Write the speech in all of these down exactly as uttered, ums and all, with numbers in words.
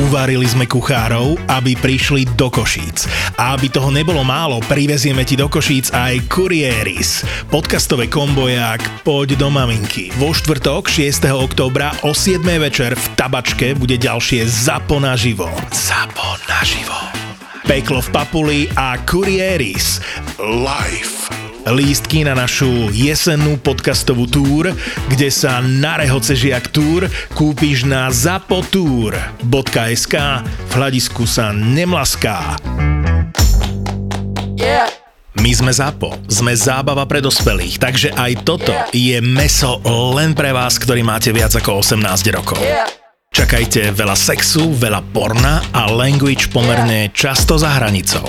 Uvarili sme kuchárov, aby prišli do Košíc. A aby toho nebolo málo, privezieme ti do Košíc aj Kurieris. Podcastové kombojak Poď do maminky. Vo štvrtok šiesteho októbra o siedmej večer v Tabačke bude ďalšie Zapo naživo. Zapo naživo. Peklo v Papuli a Kurieris live. Lístky na našu jesennú podcastovú túr, kde sa na rehoce žiak túr kúpiš na zapotour bodka es ká. V hľadisku sa nemlaská. Yeah. My sme Zapo, sme zábava pre dospelých, takže aj toto je mäso len pre vás, ktorí máte viac ako osemnásť rokov. Yeah. Čakajte veľa sexu, veľa porna a language pomerne často za hranicou.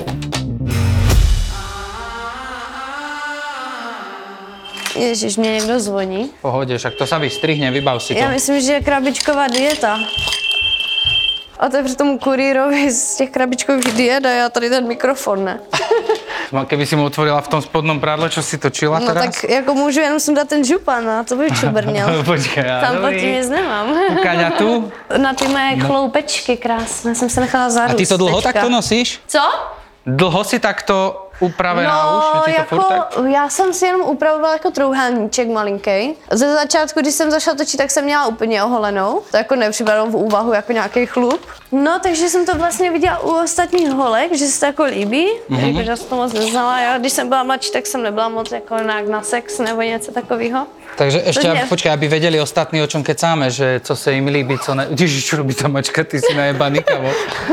Ježiš, mě někdo zvoní. V pohodě, však to sa vystrihne, vybav si to. Já myslím, že je krabičková dieta. A to je při tomu kurýrovi z těch krabičkových diet a já tady ten mikrofon, ne? Keby si mu otvorila v tom spodnom prádle, čo si točila no, teraz? No tak jako můžu jenom sundat ten župan a to by čubrněl. Počkej, já tam pod tím nic nemám. Ukáňa tu? Na ty moje no. chloupečky krásné, jsem se nechala zarůst. A ty to dlho teďka. takto nosíš? Co? Dlho si takto upravená no, už? Je ti to jako, furt tak? já jsem si jenom upravovala jako trouhelníček malinký. Ze začátku, když jsem zašla točit, tak jsem měla úplně oholenou. To jako nepřipadalo v úvahu jako nějaký chlup. No, takže jsem to vlastně viděla u ostatních holek, že se to jako líbí. Mm-hmm. Jako, že jsem to moc neznala. Já, když jsem byla mladší, tak jsem nebyla moc jako nějak na sex nebo něco takového. Takže ešte, Takže... aby, počkaj, aby vedeli ostatní, o čom kecáme, že co sa im líbi, co ne... Ježiš, čo robí tá mačka, ty si najebaný, kamo.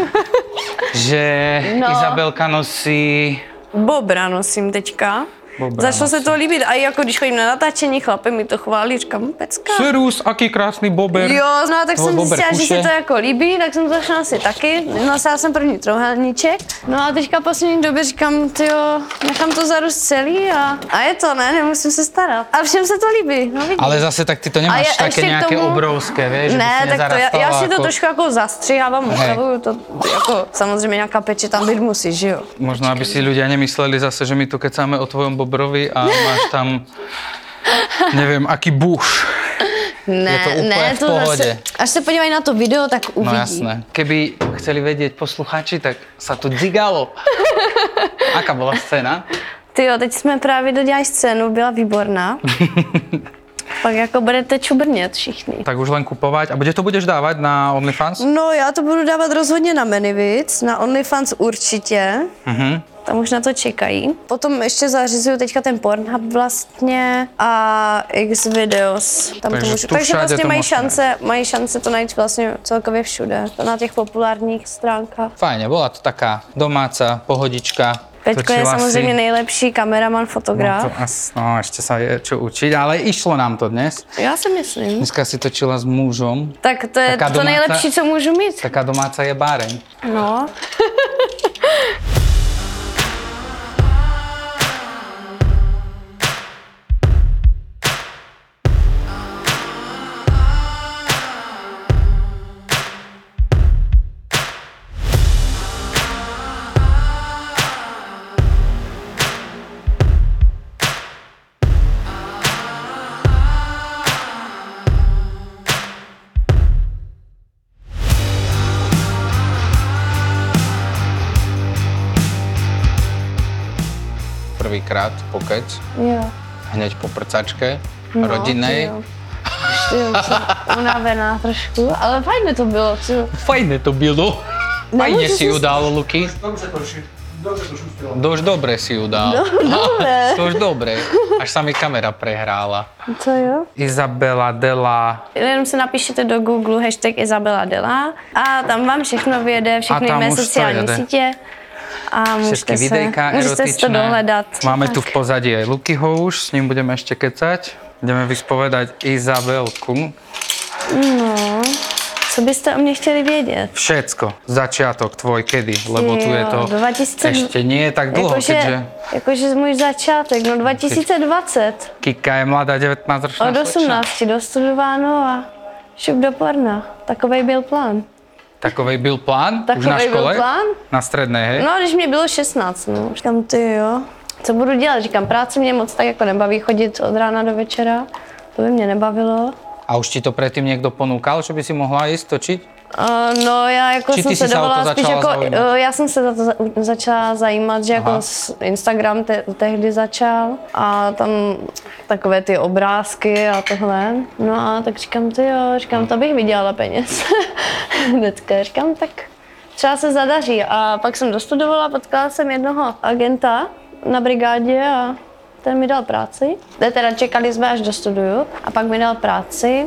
Že no. Izabelka nosí... Bobra nosím teďka. Bobra Začalo nosím. Se to líbit a jako když chodím na natáčení, chlapi mi to chválí, říkám, pecka. Serus, aký krásný bober. Jo, no tak jsem zjistila, že se to jako líbí, tak jsem to začala asi taky. Nosila jsem první trouhelníček. No a teďka poslední době říkám, tyjo, nechám to zarůst celý a, a je to, ne, nemusím se starat. A všem se to líbí, no vidíš. Ale zase tak ty to nemáš je, také nějaké tomu... obrovské, vieš, že ne, by si tak to já, já si to jako... trošku jako zastřihávám, upravuju to, jako samozřejmě nějaká peče tam být musí, že jo. Možno, aby si ľudia nemysleli zase, že my tu kecáme o tvojom bobrovi a máš tam, neviem, aký buš. Ne, je to úplne ne, v pohode. Zase, až sa podívají na to video, tak uvidí. No jasné. Keby chceli vedieť posluchači, tak sa tu dzigalo. Aká bola scéna? Tyjo, teď jsme právě dodělali scénu, byla výborná. Pak jako budete čubrnět všichni. Tak už len kupovať. A bude to budeš dávať na OnlyFans? No, já to budu dávat rozhodně na Manyvids, na OnlyFans určitě. Mhm. Tam už na to čekají. Potom ještě zařizuju teďka ten Pornhub vlastně a Xvideos. Tam Takže, to můžu. Takže vlastně to mají možné. šance, mají šance to najít vlastně celkově všude. Na těch populárních stránkách. Fajne, bola to taká domáca pohodička. Peťko je samozřejmě si... nejlepší kameraman, fotograf. No, to, no, ešte sa je čo učiť, ale išlo nám to dnes. Já si myslím. Dneska si točila s mužom. Tak to je taká to domáca, nejlepší, co můžu mít. Taká domáca je báreň. No. Prvýkrát pokec, jo. Hneď po prcačke, no, rodinnej. Jo, jsem unavená trošku, ale fajné to bylo. Čo? Fajné to bylo. Fajne si ju dal, Luky. Dož dobre si ju dal. Do, dobre. Dož dobre. Až sa mi kamera prehrála. Co jo? Izabela Della. Jenom si napíšete do Google hashtag Izabela Della a tam vám všechno vyjede, všechny mé sociální sítě. A všetky se, videjka erotičné. Můžete to dohledat. Máme tak. tu v pozadí aj Lukyho už, s ním budeme ešte kecať. Ideme vyspovedať Izabelku. No, co byste o mě chtěli vědět? Všetko. Začiatok tvoj kedy, lebo jo, tu je to dva tisíce... ešte nie je tak dlho, jakože, keďže... Jakože můj začátek, no dva tisíce dvacet. Kika je mladá devätnásťročná. Od osmnácti dostudováno a šup do porna. Takovej byl plán. Takovej byl plán? Takovej už na škole? byl plán? Na strednej, hej? No, když mě bylo šestnáct, no. Říkám, ty jo, co budu dělat? Říkám, práce mě moc tak jako nebaví chodit od rána do večera. To by mě nebavilo. A už ti to predtým niekto ponúkal, že by si mohla ísť točiť? Uh, no já jako Či jsem se dovolila spíš jako, uh, já jsem se za to za, začala zajímat, že Aha. jako Instagram te, tehdy začal a tam takové ty obrázky a tohle. No a tak říkám, ty jo, říkám, to bych vydělala peněz. Hnedka, říkám, tak třeba se zadaří. A pak jsem dostudovala, potkala jsem jednoho agenta na brigádě a ten mi dal práci. Teda čekali jsme, až dostuduju a pak mi dal práci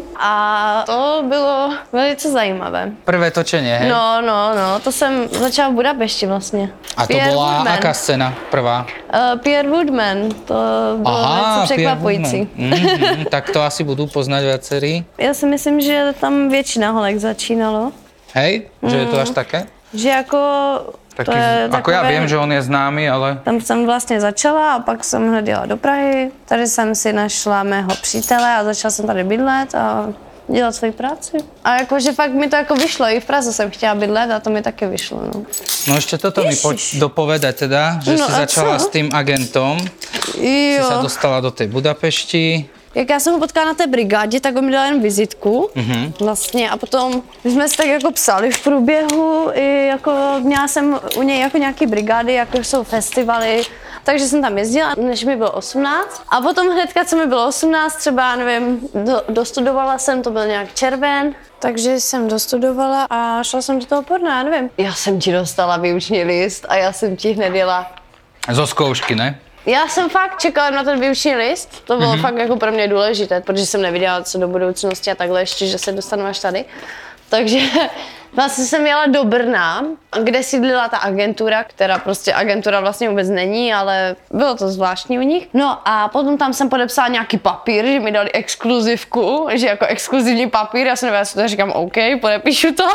a to bylo velice zajímavé. Prvé točenie, hej? No, no, no, to jsem začala v Budapešti vlastně. A to Pierre bola Woodman. Aká scéna prvá? Uh, Pierre Woodman, to bylo Aha, velice překvapující. Mm-hmm, tak to asi budú poznať viacerí. Já si myslím, že tam většina holek začínalo. Hej? Že mm. je to až také? Že jako... Taký, to je ako takové, ja viem, že on je známy, ale... Tam jsem vlastně začala a pak jsem hned jela do Prahy. Tady jsem si našla mého přítele a začala jsem tady bydlet a dělat svoji práci. A jakože fakt mi to jako vyšlo, i v Praze jsem chtěla bydlet a to mi taky vyšlo. No, no ešte toto Ježiš. mi poď dopovedať teda, že no si začala co? s tým agentom. Jo. Si sa dostala do tej Budapešti. Jak já jsem ho potkala na té brigádě, tak on mi dal jen vizitku mm-hmm. vlastně a potom my jsme si tak jako psali v průběhu i jako měla jsem u něj jako nějaký brigády, jako jsou festivaly, takže jsem tam jezdila, než mi bylo osmnáct a potom hnedka, co mi bylo osmnáct, třeba nevím, do, dostudovala jsem, to byl nějak červen, takže jsem dostudovala a šla jsem do toho porna, já nevím. Já jsem ti dostala výuční list a já jsem ti hned jela. Zo zkoušky, ne? Já jsem fakt čekala na ten výuční list, to bylo mm-hmm. fakt jako pro mě důležité, protože jsem neviděla, co do budoucnosti a takhle ještě, že se dostanu až tady. Takže vlastně jsem jela do Brna, kde sídlila ta agentura, která prostě agentura vlastně vůbec není, ale bylo to zvláštní u nich. No a potom tam jsem podepsala nějaký papír, že mi dali exkluzivku, že jako exkluzivní papír, já jsem nevěděla, co to říkám, OK, podepíšu to.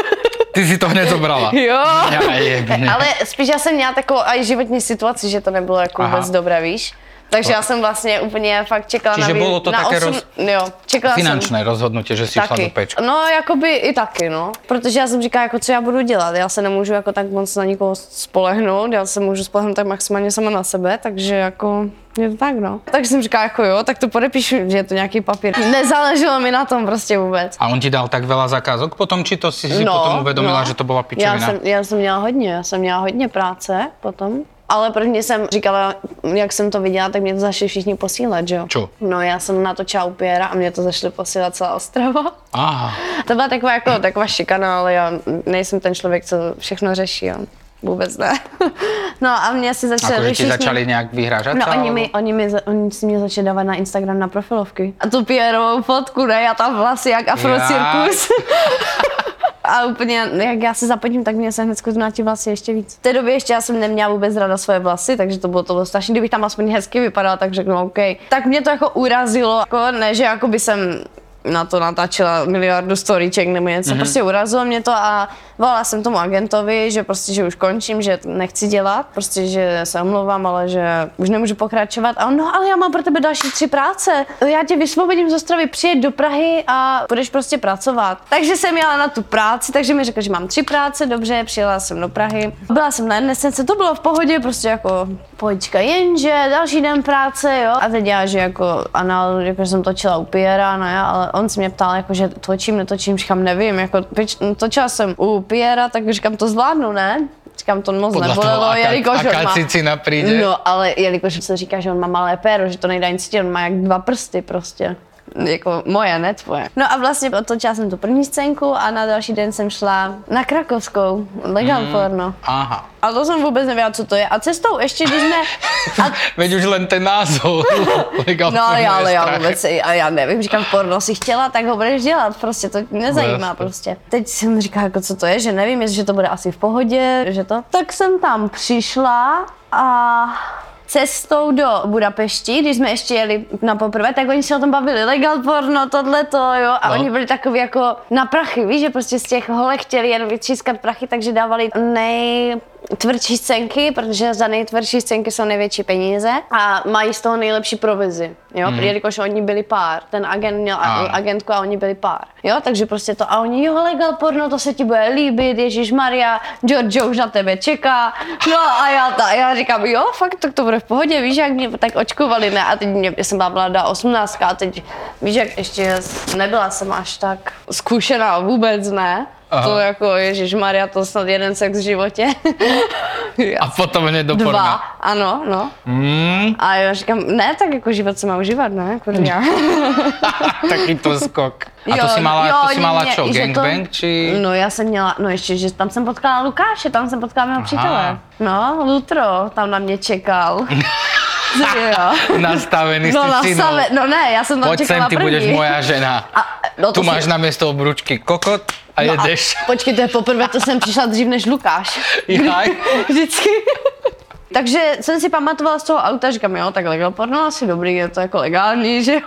Ty si to hned zobrala. Jo, ja, jebne. Ale spíš já jsem měla takovou aj životní situaci, že to nebylo jako vůbec dobré, víš. Takže já jsem vlastně úplně fakt čekala Čiže na... Čiže bolo to na také osm, roz... jo, čekala finančné jsem, rozhodnutie, že si taky. Šla do pečky. No, jakoby i taky, no. Protože já jsem říkala, jako co já budu dělat. Já se nemůžu jako tak moc na nikoho spolehnout, já se můžu spolehnout tak maximálně sama na sebe, takže jako je to tak, no. Takže jsem říkala, jako jo, tak to podepíšu, že je to nějaký papír. Nezáleželo mi na tom prostě vůbec. A on ti dal tak veľa zakázok potom, či to si si no, potom uvedomila, no. že to byla pičovina? Já jsem, já jsem měla hodně, já jsem měla hodně práce potom. Ale prvně jsem říkala, jak jsem to viděla, tak mě to zašli všichni posílat, že jo? Čo? No já jsem natočila u Piera a mě to zašli posílat celá Ostrava. Aha. To byla taková jako taková šikana, ale já nejsem ten člověk, co všechno řeší, jo. Vůbec ne. No a mě si začali Akože všichni... ti začali nějak vyhrážat? No oni, mi, oni, mi, oni si mě začali dávat na Instagram na profilovky. A tu Pierovou fotku, ne? Já tam vlasy jak afrocirkus. A úplně, jak já se zapotím, tak mě se hned skutná ti vlasy ještě víc. V té době ještě já jsem neměla vůbec ráda svoje vlasy, takže to bylo to bylo strašné. Kdybych tam aspoň hezky vypadala, tak řeknu OK. Tak mě to jako urazilo, jako ne, že jako by jsem na to natáčela miliardu storyček nebo něco, mm-hmm. prostě urazilo mě to a volala jsem tomu agentovi, že prostě, že už končím, že nechci dělat, prostě, že se omlouvám, ale že už nemůžu pokračovat a on, no ale já mám pro tebe další tři práce, já tě vysvobodím z Ostravy, přijeď do Prahy a budeš prostě pracovat. Takže jsem jela na tu práci, takže mi řekl, že mám tři práce, dobře, přijela jsem do Prahy, byla jsem na jedné scénce, to bylo v pohodě, prostě jako pohodička, jenže další den práce, jo, a teď já, že jako anal, jako jsem točila u Piera, no já, ale on se mě ptal, jako, že točím, netočím, říkám, nevím, jako točila jsem u Piera, tak říkám, to zvládnu, ne? Říkám, to moc podľa nebolelo, toho, jelikož aká, on má... cicina príde. No, ale jelikož se říká, že on má malé péro, že to nejde ani cítit, on má jak dva prsty prostě. Jako moje, ne tvoje. No a vlastně otočila jsem tu první scénku a na další den jsem šla na krakovskou, legal mm, porno. Aha. A to jsem vůbec nevěděla, co to je. A cestou ještě, když jsme... A... Veď už len ten názov. Legal no porno ale je já strach. vůbec, a já nevím, říkám, porno si chtěla, tak ho budeš dělat, prostě to nezajímá no, prostě. Teď jsem říkala, jako co to je, že nevím, jestli to bude asi v pohodě, že to. Tak jsem tam přišla a... Cestou do Budapešti, když jsme ještě jeli na poprvé, tak oni se o tom bavili, legal porno, tohleto, jo, a no. Oni byli takový jako na prachy, víš, že prostě z těch holek chtěli jen vytřískat prachy, takže dávali nejtvrdší scénky, protože za nejtvrdší scénky jsou největší peníze a mají z toho nejlepší provizi, jo, mm. jelikož oni byli pár, ten agent měl a. agentku a oni byli pár, jo, takže prostě to a oni, jo, legal porno, to se ti bude líbit, Ježišmarja, Giorgio už na tebe čeká, no a já, ta, já říkám, jo, fakt, tak to bude v pohodě, víš, jak mě tak očkovali, ne, a teď mě, jsem byla mladá osmnáctka a teď, víš, jak ještě nebyla jsem až tak zkušená, vůbec ne. Aha. To jako, ježišmarja, to snad jeden sex v životě. A potom hned do porna. Dva, ano, no. Mm. A já říkám, ne, tak jako život se má užívat, ne? Kurňa. Taký to skok. A jo, to si mala, jo, to si mala čo, mě, gangbang, to, či? No já jsem měla, no ještě, že tam jsem potkala Lukáše, tam jsem potkala mého přítele. No, Lutro, tam na mě čekal. Jo. Nastavený no, si nastave, no ne, já jsem tam Poď čekala sem, ty první. budeš moja žena. A, no tu máš si... na miesto obručky kokot a no jedeš. A počkej, to je poprvé, to jsem přišla dřív než Lukáš. Jaj. Vždycky. Takže jsem si pamatovala z toho auta, říkám, jo, tak legal porno asi dobrý, je to jako legální, že jo.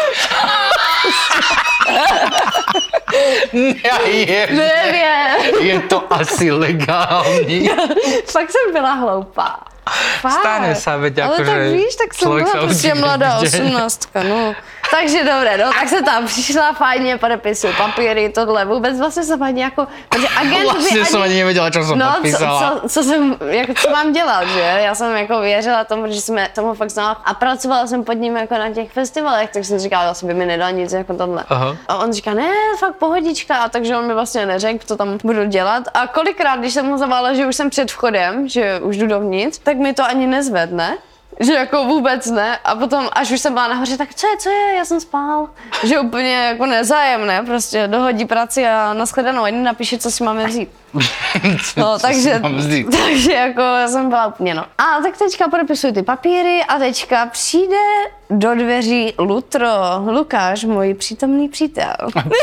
Je, Nevím. Je to asi legální. Fakt jsem byla hloupá. Fakt. Stane sa, veď ale akože tak víš, tak jsem byla prostě mladá osmnáctka, no. Takže dobré, no, tak jsem tam přišla, fajně podepisuju papíry, tohle, vůbec vlastně jsem ani jako, protože agent vlastně by jsem ani nevěděla, čo jsem no, podpísala. Co, co, co jsem, jako co mám dělat, že? Já jsem jako věřila tomu, že jsme tomu fakt znala a pracovala jsem pod ním jako na těch festivalech, tak jsem říkala, asi by mi nedal nic jako tohle. Aha. A on říká, ne, fakt pohodička, a takže on mi vlastně neřekl, co tam budu dělat. A kolikrát, když jsem mu zavolala, že už jsem před vchodem, že už jdu dovnitř, tak mi to ani nezvedne. Že jako vůbec ne. A potom, až už jsem byla nahoře, tak co je, co je, já jsem spál. Že úplně jako nezájemné, prostě dohodí práci a nashledanou, jen napíše, co si máme vzít. No, takže, takže jako já jsem byla úplně no. A tak teďka podepisuju ty papíry a teďka přijde do dveří Lutro, Lukáš, můj přítomný přítel.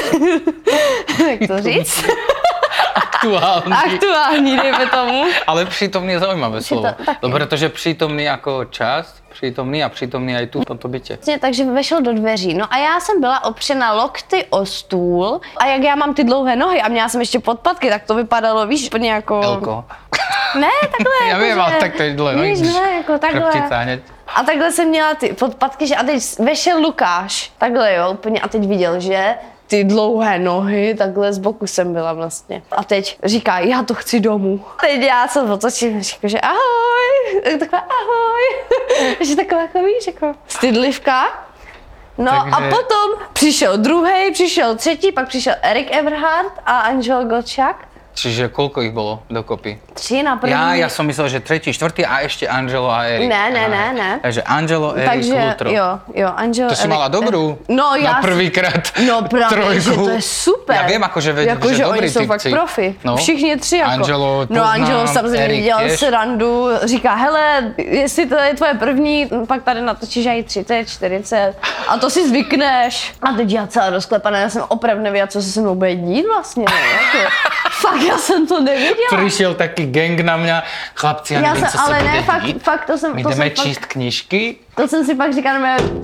Jak to říct? Aktuální. Aktuální, dejme tomu. Ale přítomný je zaujímavé slovo. No, protože přítomný jako čas, přítomný a přítomný aj tu v tomto bytě. Takže vešel do dveří. No a já jsem byla opřena lokty o stůl a jak já mám ty dlouhé nohy a měla jsem ještě podpatky, tak to vypadalo, víš, úplně jako... Elko. Ne, takhle. Já jako, vím, že... ale tak to je dlouhé nohy. Víš, ne, jako takhle. A takhle jsem měla ty podpatky, že a teď vešel Lukáš, takhle jo, úplně a teď viděl, že ty dlouhé nohy, takhle z boku jsem byla vlastně. A teď říká, já to chci domů. Teď já se otočím, říkám, že ahoj, taková ahoj, že taková jako víš, jako stydlivka. No takže... a potom přišel druhý, přišel třetí, pak přišel Erik Eberhard a Angel Gottschalk. Čiže koľko ich bolo dokopy? Tři na první. Ja, ja som myslel, že tretí, štvrtý a ešte Angelo a Erik. Ne, ne, ne, ne. Takže Angelo, Erik, Takže, Lutro. jo, jo, Angelo, To si Erik, mala dobrú? No ja... Na prvýkrát No právě, že trojku. to je super. Ja viem, akože, veď, jako, že, že dobrý oni jsou typci. fakt profi. No. Všichni tři jako. Angelo, no Angelo poznám, samozřejmě Erik dělal tiež. srandu, říká, hele, jestli to je tvoje první, pak tady natočíš aj třicet, čtyřicet a to si zvykneš. A teď já celá rozklepaná, já jsem opravdu nevěděla, co se se mnou bude dít vlastně. Jako. Fakt, já jsem to nevěděla. Prišiel taký gang na mňa, chlapci, ja, já neviem, jsem, co ale sa ne, bude fakt, dít. fakt, to jsem, My to jdeme jsem číst fakt, knížky. to jsem si pak říkala,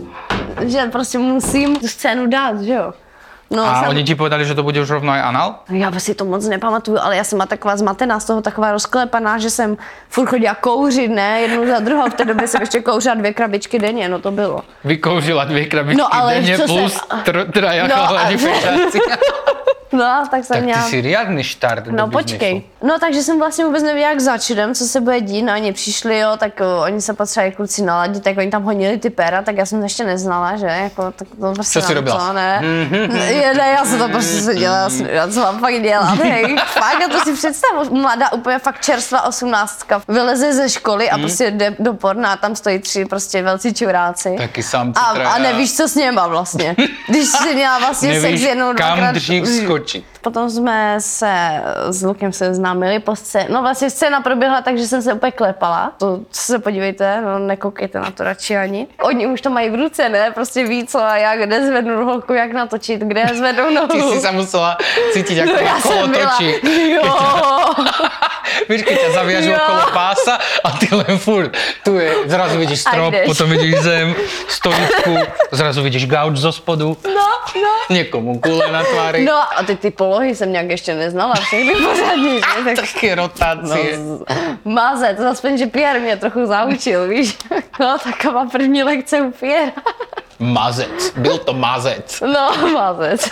že prostě musím tu scénu dát, že jo. No, a jsem... oni ti povedali, že to bude už rovno aj anal? Já si to moc nepamatuju, ale já jsem byla taková zmatená, z toho taková rozklepaná, že jsem furt chodila kouřit, ne, jednu za druhou. V té době jsem ještě kouřila dvě krabičky denně, no to bylo. Vykouřila dvě krabičky no, ale denně co plus jsem... tr- traja no, chalani fešáci. No, tak jsem tak měla... ty si riadný štart No počkej. No takže jsem vlastně vůbec nevěděla, jak začnem, co se bude dít, no oni přišli, jo, tak o, oni se potřebovali kluci naladit, tak oni tam honili ty péra, tak já jsem to ještě neznala, že, jako, tak to prostě co jsi robila? To, ne. ne, ne, já jsem to prostě seděla, já jsem, já co mám fakt dělat, hej, fakt, a to si představu, mladá, úplně fakt čerstvá osmnáctka, vyleze ze školy a prostě jde do porna a tam stojí tři prostě velcí čuráci. Taky samci a, traja. a nevíš, co s něma vlastně, když jsi měla vlastně sex jednou, kam dvakrát. dřív skočit. Potom jsme se s Lukem seznámili po scéně. No vlastně scéna proběhla tak, že jsem se úplně klepala. To se podívejte, no nekoukejte na to radši ani. Oni už to mají v ruce, ne? Prostě ví co a jak, kde zvednu holku, jak natočit, kde zvednou nohu. Ty si sa musela cítiť, ako no, kolo točí. Jo. Víš, keď ťa zaviažu okolo pása a ty len furt. Tu je, zrazu vidíš strop, potom vidíš zem, stojičku, zrazu vidíš gauč zo spodu. No, no. Někomu kule na tváři. No a ty, ty polohy jsem nějak ještě neznala, všechny pořádně. Tak... Taky rotácie. No, mazec, aspoň, že Pierre mě trochu zaučil, víš. No, taková první lekce u Pierre. Mazec, byl to mazec. No, mazec.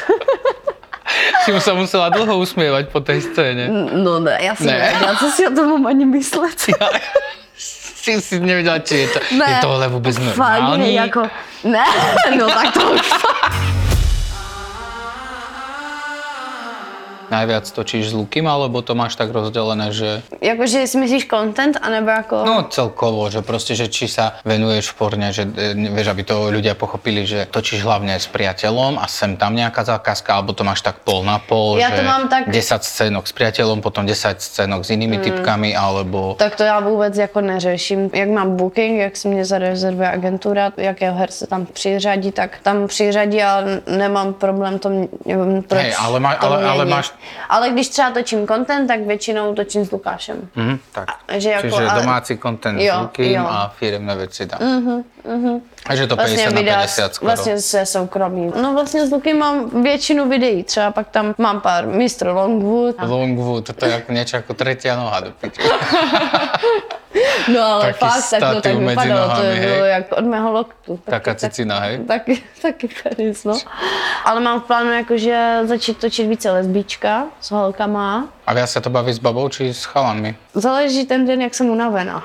Si sa musela dlho usmievať po tej scéne. No ne, já jsem ne. nevěděla, co si o tom mám ani myslet. Ja, si si nevěděla, či je to, ne. Je tohle vůbec normální? Fakt, jako, ne, no tak to už fakt. najviac točíš s Lukým, alebo to máš tak rozdelené, že... Jakože si myslíš content, anebo jako... No celkovo, že proste, že či sa venuješ porne, že vieš, aby to ľudia pochopili, že točíš hlavne s priateľom a sem tam nejaká zákazka, alebo to máš tak pol na pol, ja že to mám tak... desať scénok s priateľom, potom desať scénok s inými mm. typkami, alebo... Tak to já vůbec jako neřeším. Jak mám booking, jak si mě zarezervuje agentura, jakého herce tam přiřadí, tak tam přiřadí a nemám problém to, nevím, proč Hej, ale, má, to ale, ale máš... Ale když třeba točím content, tak většinou točím s Lukášem. Mm, tak. A, že jako, Čiže a... domácí content jo, s Lukým jo. a firemné veci tam. Mm-hmm, mm-hmm. A že to vlastně päťdesiat na päťdesiat skoro. Vlastně se soukromí. No vlastně s Lukým mám většinu videí, třeba pak tam mám pár mistr Longwood. Longwood, to je jako niečo ako tretia noha do piči. No ale taký fakt, tak to tak vypadalo, nohami, to bylo jak od mého loktu. Taká cicina, hej? Taky, taky penis, no. Ale mám v plánu jakože začít točit více lesbíčka s holkama. A viac sa to baví s babou či s chalanmi? Záleží ten den, jak jsem unavená.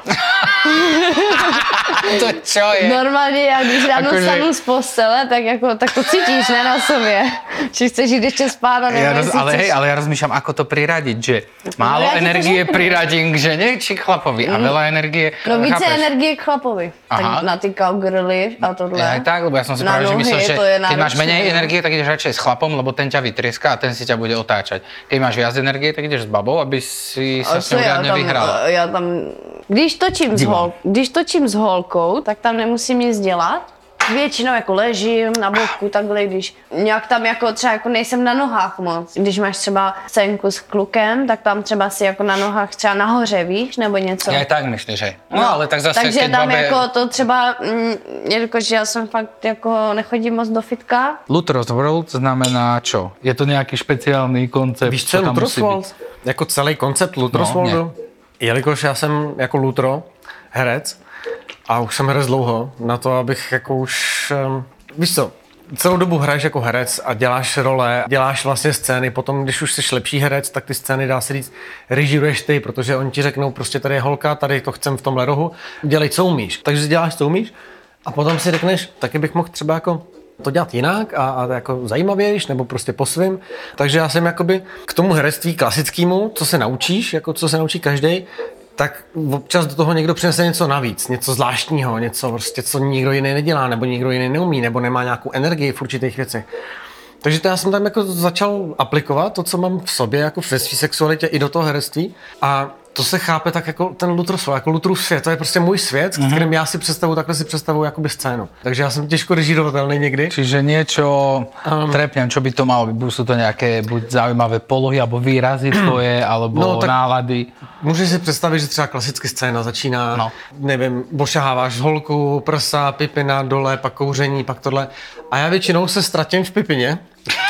To čo je? Normálně já, když ráno Akože... stanu z postele, tak, jako, tak to cítíš, ne na sobě. Či chceš jít ještě spát a ja roz, ale chceš... hej, ale ja rozmýšľam, ako to priradiť, že málo no, ja energie priradím k žene či chlapovi a veľa energie... No více chápeš? energie k chlapovi. Aha. Tak na ty cowgirly a tohle. Ja aj tak, lebo ja som si na práve že myslel, že keď máš menej no. energie, tak ideš radšej s chlapom, lebo ten ťa vytrieska a ten si ťa bude otáčať. Keď máš viac energie, tak ideš s babou, aby si sa s ňou riadne vyhrala. Já tam, když točím, s hol, když točím s holkou, tak tam nemusím nic dělat. Většinou jako ležím na boku, takhle, když nějak tam jako třeba jako nejsem na nohách moc. Když máš třeba scénku s klukem, tak tam třeba si jako na nohách třeba nahoře, víš, nebo něco. Ja aj tak myslíš, hej. No, no ale tak zase, takže keď tam babe... jako to třeba, mm, jelikož já jsem fakt jako nechodím moc do fitka. Lutros World znamená čo? Je to nějaký speciální koncept? Víš co, Lutros World? Jako celý koncept Lutros no, Worldu? Jelikož já jsem jako Lutro, herec, a už jsem herec dlouho, na to, abych jako už, um, víš co, celou dobu hraješ jako herec a děláš role, děláš vlastně scény, potom když už jsi lepší herec, tak ty scény, dá se říct, režíruješ ty, protože oni ti řeknou, prostě tady je holka, tady to chcem v tomhle rohu, dělej, co umíš. Takže děláš, co umíš a potom si řekneš, taky bych mohl třeba jako to dělat jinak a, a jako zajímavějš, nebo prostě po svým. Takže já jsem jakoby k tomu herectví klasickému, co se naučíš, jako co se naučí každý, tak občas do toho někdo přinese něco navíc, něco zvláštního, něco prostě, co nikdo jiný nedělá, nebo nikdo jiný neumí, nebo nemá nějakou energii v určitých věcech. Takže to já jsem tam jako začal aplikovat to, co mám v sobě, jako ve své sexualitě i do toho herectví. A to se chápe tak jako ten Lutrus, jako Lutrův svět, to je prostě můj svět, s kterým já si představuju, takhle si představuju jakoby scénu. Takže já jsem těžko režírovatelný někdy. Čiže niečo, um, trepňam, čo by to malo byť? Sú to nejaké buď zaujímavé polohy, alebo výrazy tvoje, alebo no, nálady? Můžeš si představit, že třeba klasicky scéna začíná, no. nevím, bošaháváš holku, prsa, pipina, dole, pak kouření, pak tohle. A já většinou se ztratím v pipině.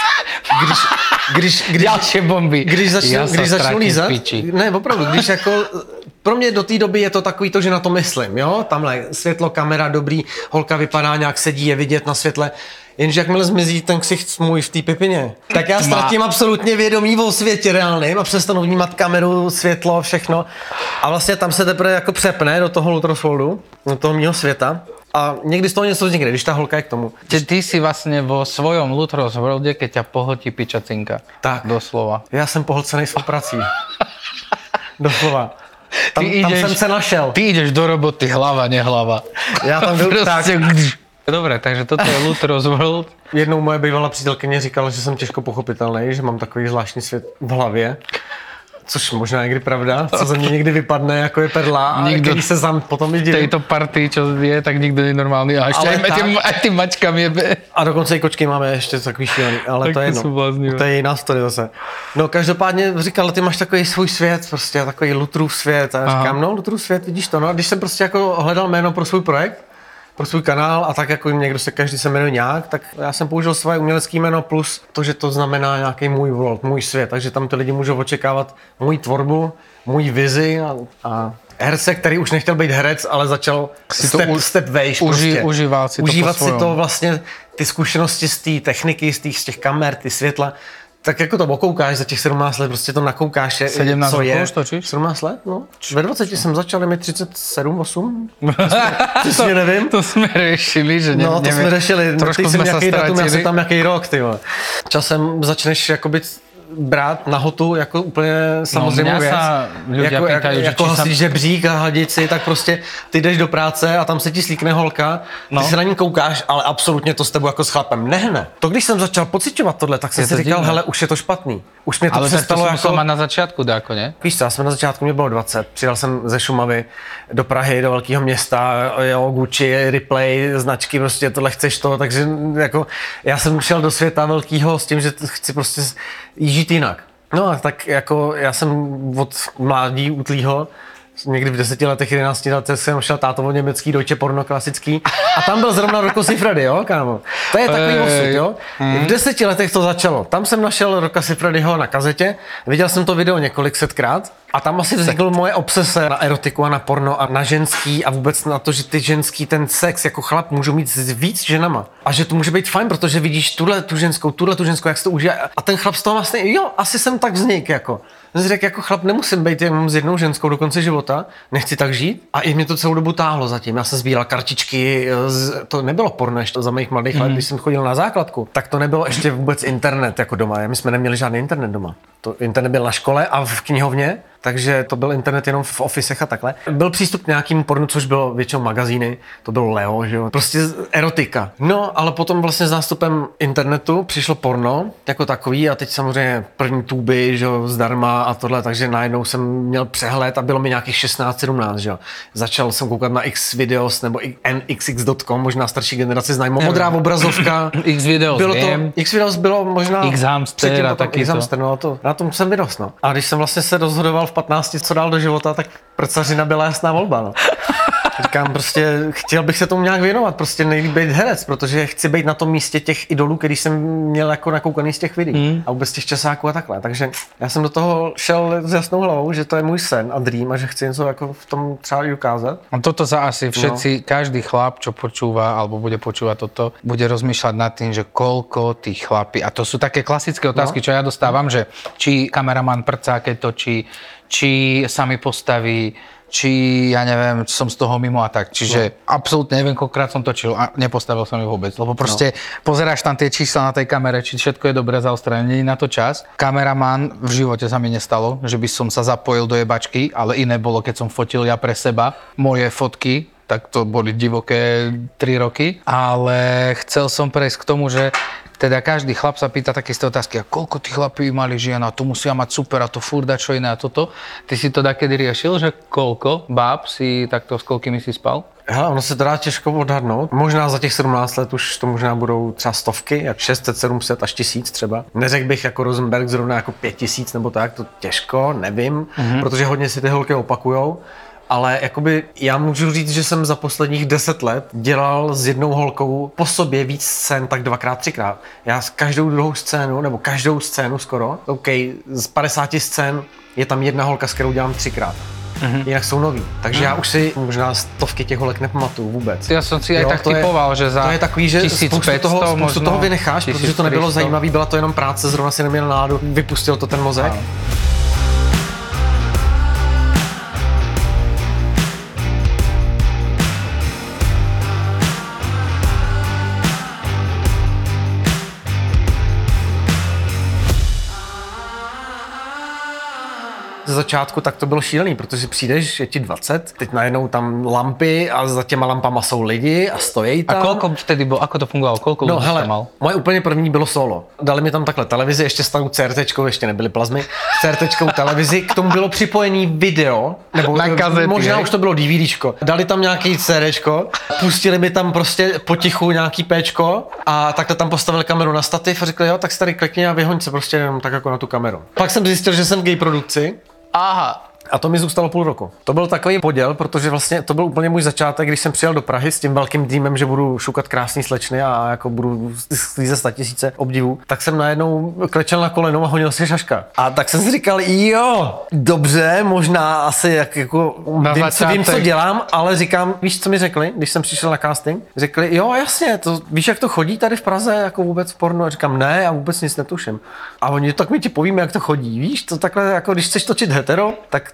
Když, když, když, Další bomby. Když začnu, když začnu lízat, ne, opravdu, když jako, pro mě do té doby je to takový to, že na to myslím, jo, tamhle světlo, kamera, dobrý, holka vypadá nějak, sedí, je vidět na světle, jenže jakmile zmizí ten ksicht můj v té pipině, tak já ztratím absolutně vědomí o světě reálným a přestanu vnímat kameru, světlo, všechno a vlastně tam se teprve jako přepne do toho Lutros Worldu, do toho mýho světa. A někdy z toho něco vznikne, když ta holka je k tomu. Ty, ty si vlastně vo svojom Lutros Worlde, keď ťa pohltí pičacinka. Tak. Doslova. Já jsem pohlcený svou prací. Doslova. Tam, ty tam ideš, jsem se našel. Ty ideš do roboty, hlava, nehlava. Já tam byl tak. Dobre, takže toto je Lutros World. Jednou moje bývalá přítelkyně říkala, že jsem těžko pochopitelný, že mám takový zvláštní svět v hlavě. Což možná někdy pravda, co ze mě někdy vypadne, jako je perla, a který se zam potom i divím. V tejto partii, čo je, tak nikdo je normální. A ještě aj, tak, aj ty mačkami jebe. A dokonce i kočky máme ještě takový šílený, ale tak to je jedno. To je jiná story zase. No každopádně říkal, ty máš takový svůj svět, prostě takový Lutrův svět. A já říkám, no Lutrův svět, vidíš to, no. Když jsem prostě jako hledal jméno pro svůj projekt, pro svůj kanál a tak jako někdo se, každý se jmenuje nějak, tak já jsem použil svoje umělecké jméno plus to, že to znamená nějaký můj world, můj svět, takže tam ty lidi můžou očekávat můj tvorbu, můj vizi a, a herce, který už nechtěl být herec, ale začal si step, u, step vejš uži, prostě. Užívat si Užívat to si to vlastně, ty zkušenosti z té techniky, z těch, z těch kamer, ty světla. Tak jako to okoukáš za těch sedmnáct let, prostě to nakoukáš, sedmnáct co je. Točíš? sedmnáct let, no. Ve dvaceti jsem začal, je mi třicet sedm, osm. Přesně nevím. To jsme řešili, že ne, No, to nevím. jsme řešili. Trošku ty jsme jsem se jaký datum, já ztratili. jsem tam jaký rok, ty vole. Časem začneš jakoby brát nahotu jako úplně samozřejmou no, věc. Ľudia jako, pýtajú, jako, jako či hasit sa... žebřík a hadici, tak prostě ty jdeš do práce a tam se ti slíkne holka, ty no. se na ní koukáš, ale absolutně to s tebou jako s chlapem nehne. To když jsem začal pociťovat tohle, tak jsem je si říkal, divné. Hele, už je to špatný. Už mě to ale přestalo tak to jako... Ale na začátku dáko, ne? Víš co, já jsem na začátku, mě bylo dvacet, přijel jsem ze Šumavy do Prahy, do velkého města, jo, Gucci, Replay, značky, prostě tohle chceš to, takže jako já jsem šel do světa velkýho s tím, že chci prostě žít jinak. No a tak jako já jsem od mládí útlýho, někdy v deseti letech, jedenácti letech jsem šel tátovo německý, Deutsche porno klasický a tam byl zrovna Rocco Siffredi, jo, kámo. To je takový osud, jo. V deseti letech to začalo. Tam jsem našel Rocca Siffrediho na kazetě, viděl jsem to video několik setkrát a tam asi vznikl moje obsese na erotiku a na porno a na ženský a vůbec na to, že ty ženský ten sex jako chlap můžou mít s víc ženama a že to může být fajn, protože vidíš tuhle tu ženskou, tuhle tu ženskou, jak se to užije a ten chlap z toho vlastně, jo, asi jsem tak vznik, jako. Jsem si řekl, jako chlap nemusím být jenom s jednou ženskou do konce života, nechci tak žít a i mě to celou dobu táhlo zatím. Já jsem sbíral kartičky, to nebylo porno ještě za mých mladých mm. let, když jsem chodil na základku, tak to nebylo ještě vůbec internet jako doma. My jsme neměli žádný internet doma. To internet byl na škole a v knihovně, takže to byl internet jenom v officech a takhle. Byl přístup k nějakým pornu, což bylo většinou magazíny, to bylo Leo, že jo, prostě erotika. No, ale potom vlastně s nástupem internetu přišlo porno jako takový a teď samozřejmě první tuby, že jo, zdarma a tohle, takže najednou jsem měl přehled a bylo mi nějakých šestnáct sedmnáct, že jo. Začal jsem koukat na X videos nebo N X X tečka com, možná starší generace znají, modrá obrazovka. X videos, bylo to, vím. X videos bylo možná X hamster a taky X hamster, no, to. Na tom jsem vyrost, no. A když jsem vlastně se rozhodoval v patnácti, co dál do života, tak prcařina byla jasná volba, no. Říkám, prostě chtěl bych se tomu nějak věnovat, prostě nejlíp být herec, protože chci být na tom místě těch idolů, který jsem měl jako nakoukaný z těch videí hmm. a vůbec těch časáků a takhle. Takže já jsem do toho šel s jasnou hlavou, že to je můj sen a dream a že chci něco jako v tom třeba i ukázat. A toto za asi všetci, no. Každý chlap, čo počúva alebo bude počúvať toto, bude rozmýšľať nad tým, že koľko tí chlapi, a to sú také klasické otázky, no. Čo ja dostávam, že či kameraman prcá, keď točí, či sa mi postaví, či ja neviem, som z toho mimo a tak. Čiže no. Absolútne neviem, koľkokrát som točil a nepostavil som ju vôbec. Lebo proste no. Pozeráš tam tie čísla na tej kamere, či všetko je dobré zaostrené, nie je na to čas. Kameraman, v živote sa mi nestalo, že by som sa zapojil do jebačky, ale iné bolo, keď som fotil ja pre seba moje fotky, tak to boli divoké tri roky. Ale chcel som prejsť k tomu, že teda každý chlap sa pýta také isté otázky, a koľko tí chlapí mali žien a to musia mať super a to furt a čo iné a toto. Ty si to dakedy riešil, že koľko báb si takto s koľkými si spal? Hele, ono se to dá těžko odhadnout. Možná za těch sedmnáct let už to možná budou třeba stovky, jak šest set, sedm set až tisíc třeba. Neřekl bych jako Rosenberg zrovna jako pět tisíc nebo tak, to těžko, nevím, mm-hmm. protože hodně si ty holky opakujou. Ale jakoby já můžu říct, že jsem za posledních deset let dělal s jednou holkou po sobě víc scén tak dvakrát, třikrát. Já s každou druhou scénu, nebo každou scénu skoro, OK, z padesáti scén je tam jedna holka, s kterou dělám třikrát. Mm-hmm. Jinak jsou nový. Takže mm. já už si možná stovky těch holek nepamatuju vůbec. Já jsem si jo, aj tak typoval, že za to je takový, že spoustu toho, spoustu možno, toho vynecháš, protože to nebylo zajímavé, byla to jenom práce, zrovna si neměl náladu, vypustil to ten mozek. Ano. Ze začátku tak to bylo šílený, protože přijdeš, je ti dvacet, teď najednou tam lampy a za těma lampama jsou lidi a stojí tam. A kolko vtedy bylo, ako to fungovalo, kolko no, lidí hele, mal? Moje úplně první bylo solo. Dali mi tam takhle televizi, ještě s tou CRTčkou, ještě nebyly plazmy, CRTčkou televizi, k tomu bylo připojený video, nebo na kazety, možná hej? Už to bylo DVDčko. Dali tam nějaký CDčko, pustili mi tam prostě potichu nějaký Pčko a takhle tam postavili kameru na stativ a řekli, jo, tak si tady klikni a vyhoň se prostě jenom tak jako na tu kameru. Pak jsem zjistil, že jsem v gay produkci. Aha. A to mi zůstalo půl roku. To byl takový poděl, protože vlastně to byl úplně můj začátek, když jsem přijel do Prahy s tím velkým dýmem, že budu šukat krásný slečny a jako budu sklízet statisíce obdivů, tak jsem najednou klečel na kolenou a honil si šaška. A tak jsem si říkal, jo, dobře, možná asi jak, jako vím co, vím, co dělám, ale říkám, víš, co mi řekli, když jsem přišel na casting? Řekli, jo, jasně, to, víš, jak to chodí tady v Praze, jako vůbec v pornu? A říkám, ne, já vůbec nic netuším. A oni, tak mi ti povíme, jak to chodí, víš, to takhle, jako když chceš točit hetero, tak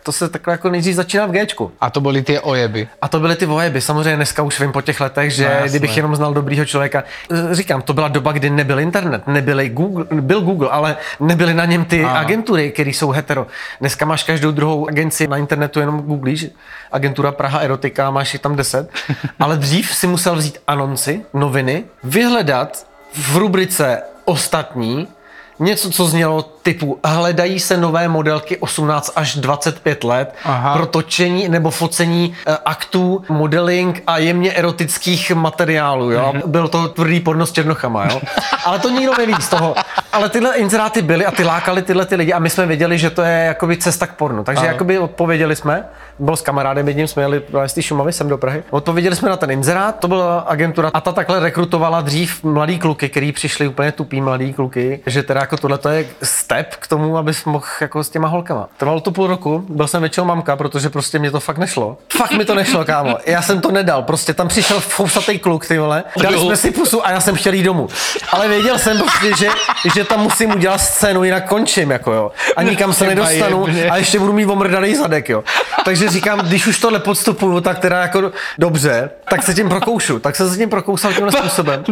to se takhle jako nejdřív začíná v Gčku. A to byly ty ojeby. A to byly ty ojeby. Samozřejmě dneska už vím po těch letech, že no, kdybych jenom znal dobrýho člověka. Říkám, to byla doba, kdy nebyl internet, nebyly Google, byl Google, ale nebyly na něm ty Aha. agentury, které jsou hetero. Dneska máš každou druhou agenci na internetu, jenom googlíš, agentura Praha Erotika, máš jich tam deset. Ale dřív si musel vzít anonci, noviny, vyhledat v rubrice ostatní něco, co znělo typu hledají se nové modelky osmnáct až dvacet pět let Aha. pro točení nebo focení e, aktů, modeling a jemně erotických materiálů, jo. Mm-hmm. Byl to tvrdý porno s černochama, jo. Ale to nikdo neví z toho. Ale tyhle inzeráty byly a ty lákali tyhle ty lidi a my jsme věděli, že to je jakoby cesta k pornu. Takže Aha. jakoby odpověděli jsme, byl s kamarádem jedním, jsme jeli z té Šumavy sem do Prahy. Odpověděli jsme na ten inzerát, to byla agentura a ta takhle rekrutovala dřív mladý kluky, který přišli úplně tupí mladý kluky, že teda jako tohle to je step k tomu, abys mohl jako s těma holkama. Trvalo to půl roku, byl jsem většinou mamka, protože prostě mě to fakt nešlo. Fakt mi to nešlo, kámo. Já jsem to nedal, prostě tam přišel fousatý kluk, ty vole. Dali jsme si pusu a já jsem chtěl jít domů. Ale věděl jsem prostě, že, že tam musím udělat scénu, jinak končím, jako jo. A nikam se nedostanu a ještě budu mít omrdaný zadek, jo. Takže říkám, když už tohle podstupuju, tak teda jako dobře, tak se tím prokoušu. Tak se s tím prokousal tímhle způsobem.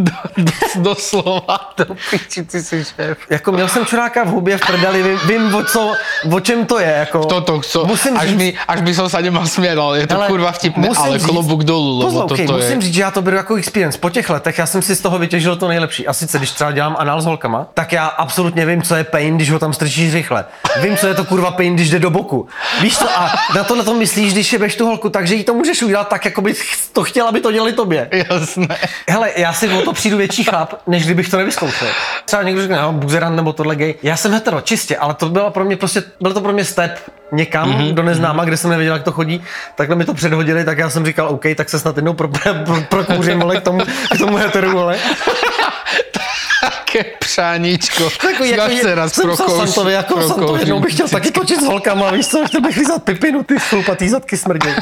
Doslova, to píči, ty jsi šéf. Jako měl jsem čuráka v hubě, v prdeli, vím, vím o, co, o čem to je. Jako. Toto, co, musím až, říct, mi, až by som sa nemal směl, je to ale kurva vtipné, ale říct, klobuk dolů, lebo toto okay, je. Musím říct, že já to beru jako experience. Po těch letech já jsem si z toho vytěžil to nejlepší. A sice, když třeba dělám anál s holkama, tak já absolutně vím, co je pain, když ho tam strčíš rychle. Vím, co je to kurva pain, když jde do boku. Víš co, a na tohle to myslíš, když jebeš tu holku, takže jí to můžeš udělat tak, jako by to chtěl, aby to dělali tobě. Jasné. Hele, já si o to přijdu větší chlap, než kdybych to nevyzkoušel. Třeba někdo řekne, no, buzerant nebo tohle gay. Já jsem hetero, čistě, ale to bylo pro mě prostě, byl to pro mě step někam mm-hmm. do neznáma, kde jsem nevěděl, jak to chodí. Takhle mi to předhodili, tak já jsem říkal, OK, tak se snad jednou prokouřím pro, pro, pro, vole, k tomu, k tomu heteru, vole. Také přáníčko. Takový, jako je, raz jsem psal Santovi, jako Santo, jednou bych chtěl taky točit s holkama, víš co, chtěl bych lízat pipinu, ty chlupatý zadky smrděj.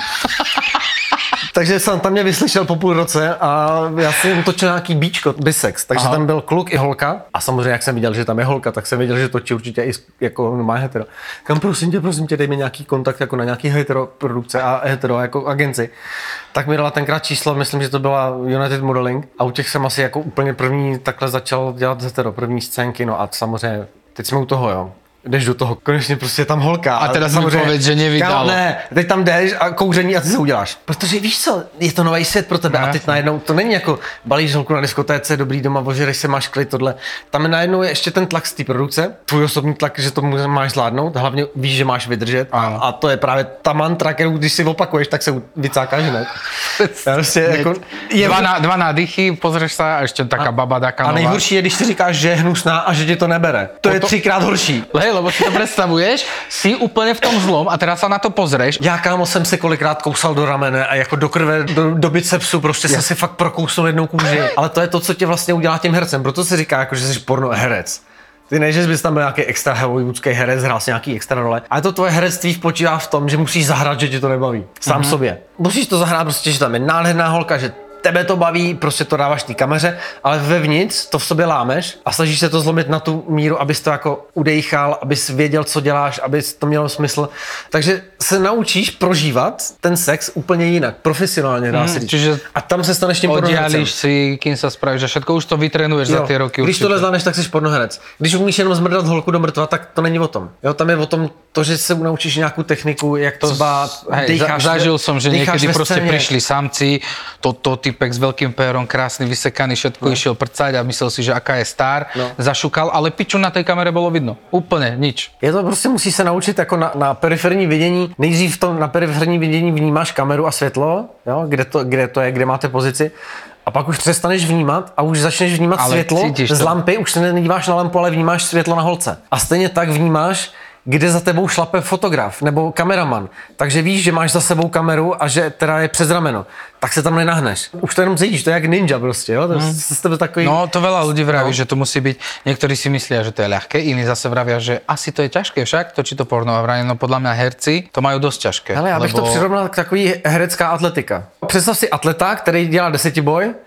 Takže Santa mě vyslyšel po půl roce a já jsem točil nějaký bíčko, bisex, takže Aha. tam byl kluk i holka a samozřejmě jak jsem viděl, že tam je holka, tak jsem viděl, že točí určitě i jako má hetero. Kam prosím tě, prosím tě, dej mi nějaký kontakt jako na nějaký hetero produkce a hetero jako agenci. Tak mi dala tenkrát číslo, myslím, že to byla United Modeling a u těch jsem asi jako úplně první takhle začal dělat hetero, první scénky, no a samozřejmě teď jsme u toho, jo. Jdeš do toho, konečně prostě je tam holka. A teda si mi povedz, že nevydalo. Ne, teď tam jdeš a kouření a ty se uděláš. Protože víš co, je to nový svět pro tebe no, a teď najednou, to není jako balíš holku na diskotéce, dobrý doma, ožereš se, máš klid, tohle. Tam najednou je ještě ten tlak z té produkce, tvůj osobní tlak, že to máš zvládnout, hlavně víš, že máš vydržet a, a to je právě ta mantra, kterou když si opakuješ, tak se vycákáš hned. Prostě jako, je dva, na, dva nádychy, pozřeš se a ještě taká baba taká nová. A nejhorší je, když si říkáš, že je hnusná a že ti to nebere. To je třikrát horší. Hej, lebo si to predstavuješ, si úplně v tom zlom a teraz sa na to pozřeš. Já kámo jsem si kolikrát kousal do ramene a jako do krve, do, do bicepsu, prostě jsem si fakt prokousl jednou kůži. Ale to je to, co tě vlastně udělá tím hercem, proto se říká, jako, že jsi porno herec. Ty ne, že bys tam byl nějaký extra hollywoodský herec, hrál si nějaký extra role, ale to tvoje herectví spočívá v tom, že musíš zahrát, že tě to nebaví. Sám mm-hmm. sobě. Musíš to zahrát prostě, že tam je nádherná holka, že tebe to baví, prostě to dáváš té kameře, ale vevnitř to v sobě lámeš a snažíš se to zlomit na tu míru, abys to jako udejchal, abys věděl, co děláš, aby to mělo smysl. Takže se naučíš prožívat ten sex úplně jinak, profesionálně dá se říct. Čiže a tam se staneš tím pornohercem. Oddialíš si, kým sa spravíš a všetko už to vytrénuješ jo, za ty roky. Když tohle zvládneš, tak jsi pornoherec. Když umíš jenom zmrdat holku do mrtva, tak to není o tom. Jo, tam je o tom to, že se naučíš nějakou techniku, jak to zbát, dejcháš. Zažil som, že niekedy proste prišli samci, toto typek s veľkým pérom, krásny, vysekaný, všetko no. išiel prcať a myslel si, že aká je star, no. zašukal, ale piču na tej kamere bolo vidno. Úplne nič. Je to prostě musí se naučit jako na, na periferní vidění. Nejdřív to na periferní vidění vnímáš kameru a světlo, jo, kde, to, kde to je, kde máte pozici. A pak už přestaneš vnímat a už začneš vnímat ale světlo z lampy, už se nedíváš na lampu, ale vnímáš světlo na holce. A stejně tak vnímáš, kde za tebou šlape fotograf nebo kameraman. Takže víš, že máš za sebou kameru a že teda je přes rameno. Tak se tam nenahneš. Už to jenom cítíš, to je jak ninja prostě, jo? To je hmm. takový... No to veľa ľudí vraví, no. že to musí byť, niektorí si myslia, že to je ľahké, iní zase vravia, že asi to je ťažké však, točí to porno a vravia, no podľa mňa herci to majú dosť ťažké. Hele, já bych lebo... to přirovnal k takový herecká atletika. Představ si atleta, který dělá desetiboj, a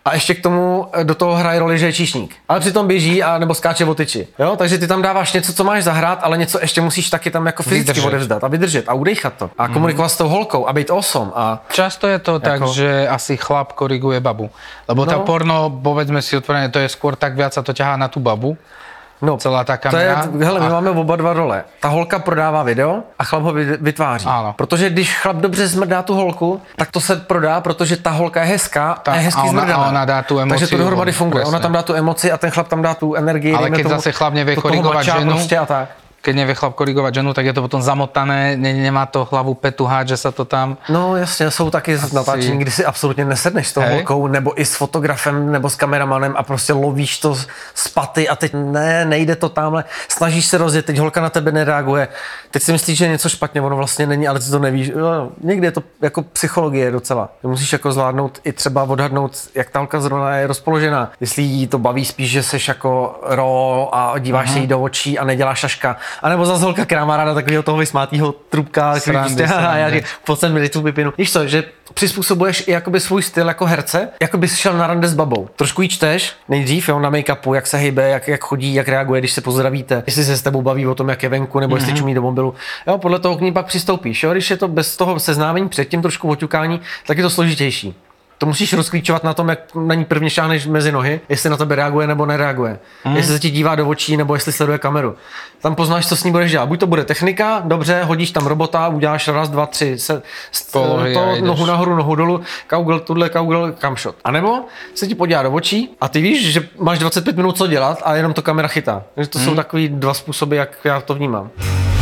a ještě k tomu do toho hraje roli, že je číšník. Ale přitom běží a nebo skáče o tyči. Jo? Takže ty tam dáváš něco, co máš zahrát, ale něco ještě musíš taky tam jako fyzicky vydržet. odevzdat a vydržet a udejchat to a komunikovat mm. s tou holkou a být awesome. A často je to jako... tak, že asi chlap koriguje babu. Lebo no. tá porno, povedzme si otvorene, to je skôr tak viac sa to ťahá na tú babu. No, celá ta kamera. To je, hele, my a... máme oba dva role. Ta holka prodává video a chlap ho vytváří. Ano. Protože když chlap dobře zmrdá tu holku, tak to se prodá, protože ta holka je hezká ta, a je hezky zmrdaná. A ona dá tu emoci. Takže to dohromady funguje. Presne. Ona tam dá tu emoci a ten chlap tam dá tu energii. Ale keď zase chlap nevie korigovať ženu, prostě a tak. Keď nevie chlap korigovať ženu, tak je to potom zamotané, ne, nemá to hlavu petu háč, že sa to tam... No jasně, jsou taky asi... natáčení, kdy si absolutně nesedneš s tou Hej. holkou, nebo i s fotografem, nebo s kameramanem a prostě lovíš to z paty a teď ne, nejde to tamhle, snažíš se rozjet, teď holka na tebe nereaguje, teď si myslíš, že je něco špatně, ono vlastně není, ale ty to nevíš. No, někdy je to jako psychologie docela. Musíš jako zvládnout i třeba odhadnout, jak ta holka zrovna je rozpoložená. Jestli jí to baví spíš, že seš jako raw a díváš Aha. se jí do očí a neděláš šaška. A nebo zase holka, která má ráda takového toho vysmátýho trubka, který prostě, haha, já pocen mi tu pipinu. Víš co, že přizpůsobuješ i jakoby svůj styl jako herce, jako bys šel na rande s babou. Trošku jí čteš nejdřív, jo, na make-upu, jak se hejbe, jak, jak chodí, jak reaguje, když se pozdravíte, jestli se s tebou baví o tom, jak je venku, nebo mm-hmm. jestli čumí do mobilu. Jo, podle toho k ní pak přistoupíš. Jo, když je to bez toho seznámení předtím trošku oťukání, tak je to složitější. To musíš rozklíčovat na tom, jak na ní prvně šáhneš mezi nohy, jestli na tebe reaguje nebo nereaguje. Mm. Jestli se ti dívá do očí nebo jestli sleduje kameru. Tam poznáš, co s ní budeš dělat. Buď to bude technika, dobře, hodíš tam robota, uděláš raz, dva, tři, se, Polohy, to, nohu nahoru, nohu dolů, kaugl, tudle, kaugl, camshot. A nebo se ti podívá do očí a ty víš, že máš dvacet pět minut co dělat a jenom to kamera chytá. Takže to mm. jsou takový dva způsoby, jak já to vnímám.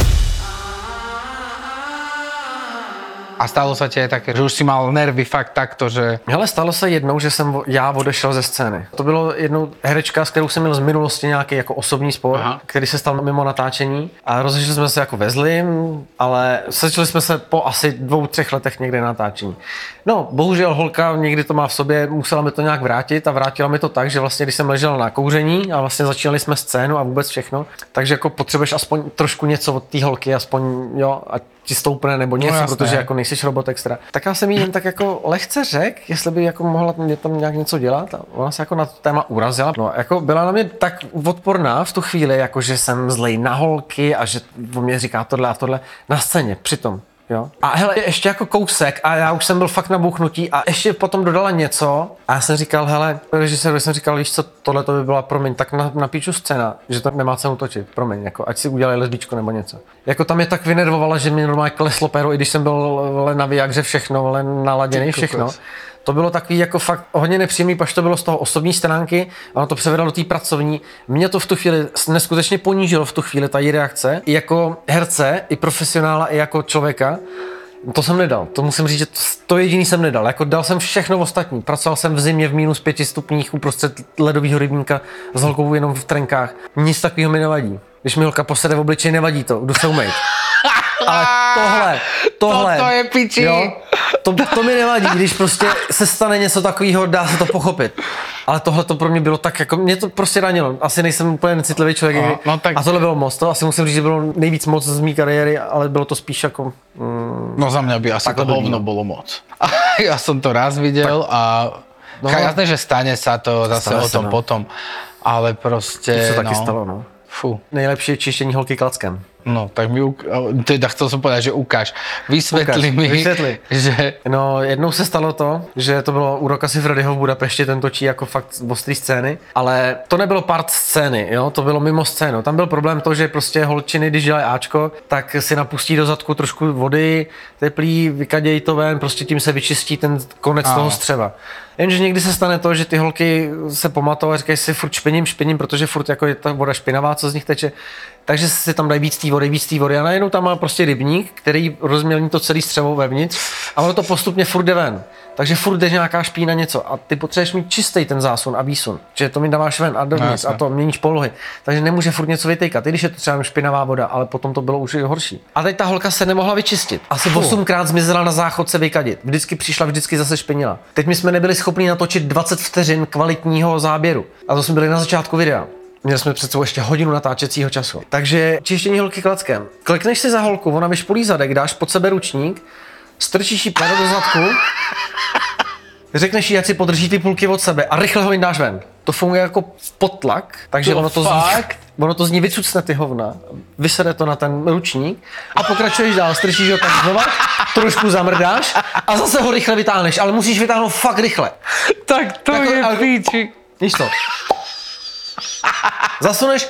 A stalo sa ti aj také, že už si mal nervy fakt takto, že... Hele, stalo se jednou, že jsem já odešel ze scény. To bylo jednou herečka, s kterou jsem měl z minulosti nějaký jako osobní spor, Aha. který se stal mimo natáčení. A rozešli jsme se jako ve zlým, ale sešli jsme se po asi dvou, třech letech někde na natáčení. No, bohužel holka někdy to má v sobě, musela mi to nějak vrátit a vrátila mi to tak, že vlastně když jsem ležel na kouření a vlastně začínali jsme scénu a vůbec všechno, takže jako potřebuješ aspoň trošku něco od té holky, aspoň jo, a ti stoupne nebo něco, no, jasné, protože jako nejsiš robot extra. Tak já jsem jí jen tak jako lehce řekl, jestli by jako mohla mě tam nějak něco dělat a ona se jako na to téma urazila. No jako byla na mě tak odporná v tu chvíli, jako že jsem zlej na holky a že on mě říká tohle a tohle na scéně přitom. Jo. A hele, ještě jako kousek a já už jsem byl fakt na bouchnutí a ještě potom dodala něco a já jsem říkal, hele, režisérovi jsem říkal, víš co, tohle to by byla, promiň, tak na, napíču scéna, že to nemá cenu točit, promiň, jako, ať si udělají lesbičku nebo něco. Jako tam je tak vynervovala, že mi normálně kleslo péro, i když jsem byl na Viagře všechno, naladěný všechno. To bylo takový jako fakt hodně nepříjemný, pač to bylo z toho osobní stránky, a ono to převedlo do té pracovní. Mě to v tu chvíli neskutečně ponížilo v tu chvíli, ta její reakce, i jako herce, i profesionála, i jako člověka. To jsem nedal, to musím říct, že to, to jediný jsem nedal, jako dal jsem všechno ostatní. Pracoval jsem v zimě v minus pěti stupních uprostřed ledového rybníka s holkou jenom v trenkách. Nic takového mi nevadí. Když mi holka posede v obličeji, nevadí to, jdu se umýt. Ale tohle, tohle, to, to je piči. Jo, to, to mi nevadí, když prostě se stane něco takového, dá se to pochopit. Ale tohle to pro mě bylo tak, jako mě to prostě ranilo. Asi nejsem úplně necitlivý člověk. Aha, no tak... A tohle bylo moc, to asi musím říct, že bylo nejvíc moc z mý kariéry, ale bylo to spíš jako... Mm, no za mňa by asi to hovno bolo moc. Ja som to raz videl tak, a no, jasné, že stane sa to zase o tom no. potom, ale prostě... To se no, taky stalo, no. Fú. Nejlepší je čištění holky klackem. No, tak mi, teda chcel som povedať, že ukáž. Vysvetli mi, vysvetli. Že... No, jednou se stalo to, že to bylo u Roka Sifrediho v Budapešti, ten točí jako fakt ostrý scény, ale to nebylo part scény, jo, to bylo mimo scénu. Tam byl problém to, že prostě holčiny, když dělají áčko, tak si napustí do zadku trošku vody, teplý, vykadějí to ven, prostě tím se vyčistí ten konec Aha. toho střeva. Jenže někdy se stane to, že ty holky se pamatou a říkají si furt špiním, špiním, protože furt jako je ta voda špinavá, co z nich teče. Takže si tam dají víc té vody, víc té vody a najednou tam má prostě rybník, který rozmělní to celý střevo vevnitř a ono to postupně furt jde ven. Takže furt jde nějaká špína něco a ty potřebuješ mít čistý ten zásun a výsun, že to mi dáváš ven a dovnitř no, a to měníš polohy. Takže nemůže furt něco vytejkat, i když je to třeba špinavá voda, ale potom to bylo už horší. A teď ta holka se nemohla vyčistit. Asi osmkrát zmizela na záchodce vykadit. Vždycky přišla, vždycky zase špinila. Teď my jsme nebyli schopni natočit dvacet vteřin kvalitního záběru. A to jsme byli na začátku videa. Měli jsme před sebou ještě hodinu natáčecího času. Takže čištění holky klackem. Klikneš si za holku, ona vyšpulí zadek, dáš pod sebe ručník, strčíš jí péro do zadku řekneš jí, ať si podrží ty půlky od sebe a rychle ho vyndáš ven. To funguje jako potlak, takže To ono to, z ní, fakt? ono to z ní vycucne ty hovna, vysede to na ten ručník a pokračuješ dál, strčíš ho tam znova, trošku zamrdáš a zase ho rychle vytáhneš, ale musíš vytáhnout fakt rychle. Tak to Jako- je ale- píči. Víš to? Zasuneš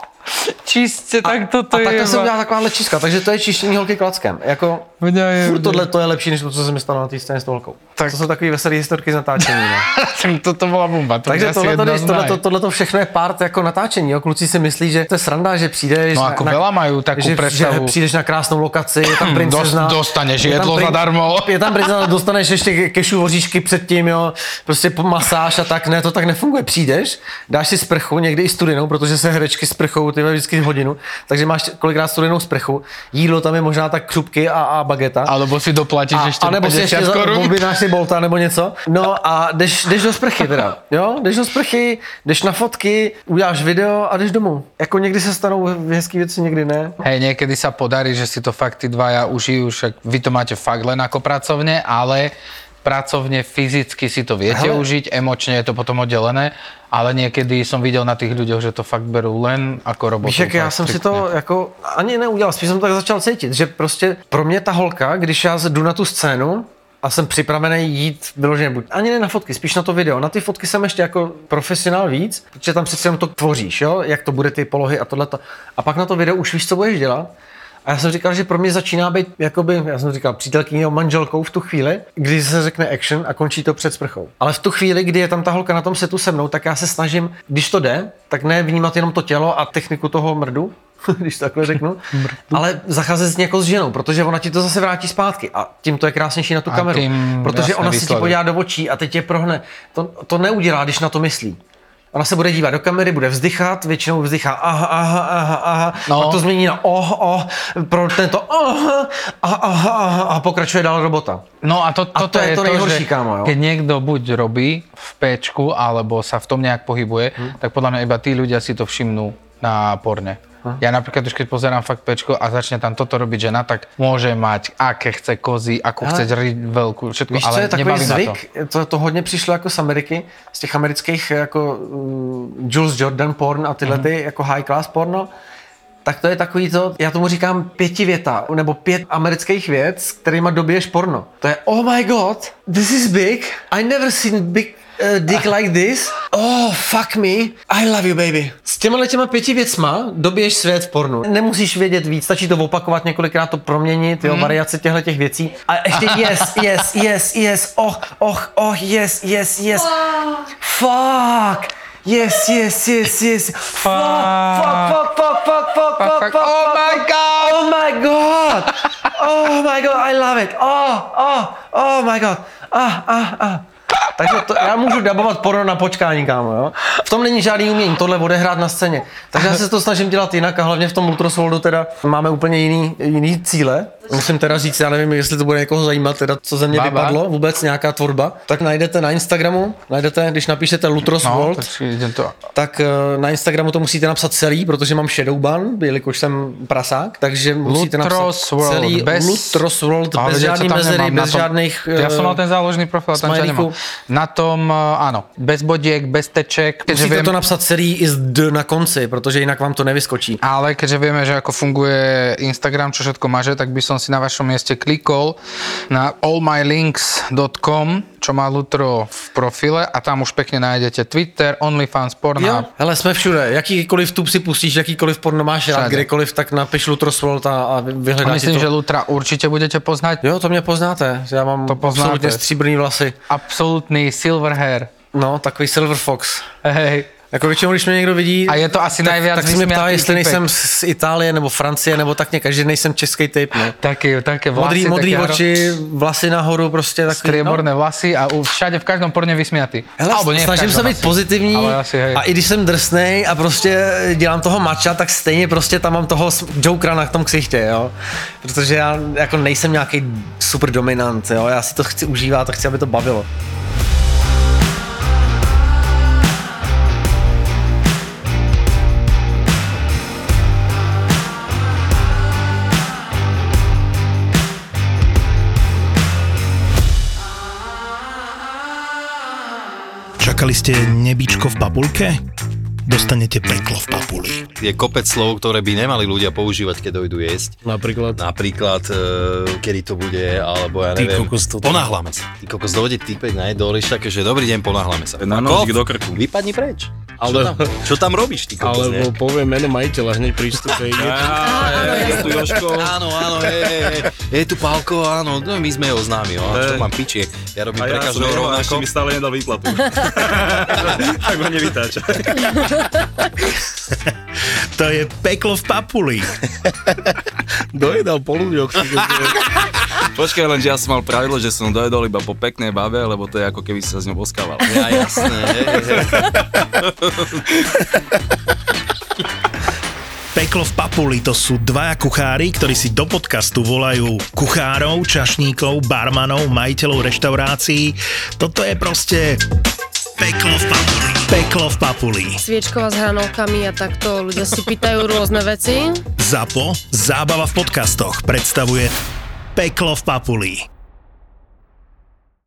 Čistě, tak toto a je. takhle se iba- udělá takováhle čiska, takže to je čištění holky klackem. Jako, Udělá je- furt tohle to je lepší, než to, co se mi stalo na té scéně s tou holkou. Tak- To jsou takový veselý historky z natáčení. Ne? Tak toto bola bomba. To Takže asi tohle, jedna tohle, z tohle, naj. tohle, tohle všechno je part jako natáčení. Jo? Kluci si myslí, že to je sranda, že přijdeš No na, ako na, veľa majú takú že, že predstavu. přijdeš na krásnou lokaci, je tam princezna. Dost- dostaneš je tam jedlo zadarmo. Je tam princezna, dostaneš ještě kešu voříšky předtím, jo, prostě po masáž a tak. Ne, to tak nefunguje. Přijdeš, dáš si sprchu, někdy i studenou, protože se herečky sprchou ty vždycky hodinu, takže máš kolikrát studenou sprchu. Jídlo tam je možná tak křupky a, a bageta. Alebo si doplatíš A, ešte a nebo si ještě päťdesiat korún. objednáš si bolta nebo něco. No a jdeš, jdeš do sprchy teda, jo? Jdeš do sprchy, jdeš na fotky, uděláš video a jdeš domů. Jako někdy se stanou hezký věci, někdy ne. Hej, niekedy sa podarí, že si to fakt tí dvaja užijú, však vy to máte fakt len ako pracovne, ale pracovne, fyzicky si to viete Hele. užiť, emočne je to potom oddelené, ale niekedy som videl na tých ľuďoch, že to fakt berú len ako robotu. Víš, jak já jsem si to jako ani neudělal, spíš jsem to tak začal cítit, že prostě pro mě ta holka, když já jdu na tu scénu a jsem připravený jít vyloženě buď ani ne na fotky, spíš na to video. Na ty fotky jsem ještě jako profesionál víc, protože tam přece jenom to tvoříš, jo? Jak to bude ty polohy a tohleto. A pak na to video už víš, co budeš dělat. A já jsem říkal, že pro mě začíná být, jakoby, já jsem říkal, přítelkyní nebo manželkou v tu chvíli, kdy se řekne action a končí to před sprchou. Ale v tu chvíli, kdy je tam ta holka na tom setu se mnou, tak já se snažím, když to jde, tak ne vnímat jenom to tělo a techniku toho mrdu, když takhle řeknu, ale zacházet s někou s ženou, protože ona ti to zase vrátí zpátky a tím to je krásnější na tu A kameru, tím protože jasně ona se ti výsledek. podívá do očí a teď tě prohne. To, to neudělá, když na to myslí. Ona se bude dívat do kamery, bude vzdychat, většinou vzdychá aha, aha, aha, aha, No. pak to změní na oh, oh, pro tento aha, aha, aha, aha a pokračuje dál robota. No a, to, A toto to je je to to, nejhorší, že kámo, jo. keď niekto buď robí v péčku, alebo sa v tom nejak pohybuje, Hm. tak podľa mňa iba tí ľudia si to všimnú na porne. Hm. Ja napríklad už keď pozerám fakt péčko a začne tam toto robiť žena, tak môže mať aké chce kozy, ako Ale- chce riť veľkú, všetko, Víš, co ale je takový nebaví ma to. zvyk? To. to hodně přišlo jako z Ameriky, z těch amerických jako uh, Jules Jordan porn a tyhle Mhm. ty jako high class porno. Tak to je takový to, já tomu říkám pětivěta, nebo pět amerických věc, kterýma dobiješ porno. To je oh my god, this is big, I never seen big uh, dick like this. Oh, fuck me, I love you, baby. S těma těma pěti věcma dobiješ svět v pornu. Nemusíš vědět víc, stačí to opakovat několikrát, to proměnit, jo, variace těchto těch věcí. A ještě yes, yes, yes, yes, oh, oh, oh, yes, yes, yes. Fuck. Yes, yes, yes, yes. Fuck, fuck, fuck, fuck, fuck, fuck, fuck, fuck, fuck. Oh my god! Oh my god! Oh my god, I love it. Oh, oh, oh my god. Ah, ah, ah. Takže to, já můžu dabovat porno na počkání, kámo, jo? V tom není žádný umění, tohle odehrát na scéně. Takže já se to snažím dělat jinak a hlavně v tom Ultrasoldu teda máme úplně jiný, jiný cíle. Musím teda říct, já nevím, jestli to bude někoho zajímat, teda co ze mě Baba. vypadlo, vůbec nějaká tvorba. Tak najdete na Instagramu, najdete, když napíšete Lutros No, World, tak si idem to. tak eh, na Instagramu to musíte napsat celý, protože mám shadowban, jelikož jsem prasák, takže musíte napsat Lutros World, celý bez- Lutros World, Ale bez viete, žádný čo tam mezery, nemám na bez tom? žádných... Ja som eh, mal ten záložný profil, tam ťa smajlíku. nemám. Na tom, eh, áno, bez bodiek, bez teček. Keďže Musíte viem, to napsat celý i z D na konci, protože jinak vám to nevyskočí. ale keďže vieme, že ako funguje Instagram, čo všetko maže, tak by som si na vašom mieste klikol na all my links dot com, čo má Lutro v profile a tam už pekne nájdete Twitter, OnlyFans, Jo, Pornhub. hele, jsme všude. Jakýkoliv tub si pustíš, jakýkoliv porno máš rád, Všade. kdekoliv, tak napiš Lutros World a, a A vyhledá ti myslím, to. že Lutra určite budete poznať. Jo, to mě poznáte, že já mám To poznáte. absolutně stříbrný vlasy. Absolutný silver hair. No, takový Silver Fox. Hej. Jako většinou, když mě někdo vidí, A je to asi tak, najviac tak si mě ptá, vysmiatý jestli typek. nejsem z Itálie nebo Francie nebo tak nějak, že nejsem český typ. No. Také, také vlasy, Modrý, modrý také oči, vlasy nahoru, prostě takový. strieborné vlasy a u- všade v každom porne vysmiatý. Hele, Alebo nie v snažím se každom být asi. pozitivní Ale asi, hej. a i když jsem drsnej a prostě dělám toho mača, tak stejně prostě tam mám toho s- jokera na tom ksichtě, jo. Protože já jako nejsem nějaký super dominant, jo. Já si to chci užívat a chci, aby to bavilo. Čakali ste nebičko v papulke? Dostanete peklo v papuli. Je kopec slov, ktoré by nemali ľudia používať, keď dojdú jesť. Napríklad? Napríklad, e, kedy to bude, alebo ja neviem. Ty kokos to... Ponáhľame sa. Ty kokos, dojde týpek na jedoliš také, že dobrý deň, ponáhľame sa. Na nožík do krku. Vypadni preč. Ale... Čo, tam, čo tam robíš, ty kokos, Alebo ne? poviem meno majiteľa hneď prístupe. Je tu Jožko. Áno, áno, hej, hej, hej. Je tu Pálko, áno, no, my sme ho známi, no, čo mám piči. Ja robím pre každého rovnako. A ja som mi stále nedal výplatu. Tak ho nevytáča. To je peklo v papuli. Dojedal po ľuďoch. Počkaj, lenže ja som mal pravidlo, že som dojedol iba po peknej babe, lebo to je ako keby sa s ňou boskával. Ja, jasné, hej, hej. Peklo v papuli, to sú dvaja kuchári, ktorí si do podcastu volajú kuchárov, čašníkov, barmanov, majiteľov reštaurácií. Toto je proste peklo v papuli. Peklo v papuli. Sviečková s hranolkami a takto ľudia si pýtajú rôzne veci. ZAPO, zábava v podcastoch, predstavuje Peklo v papuli.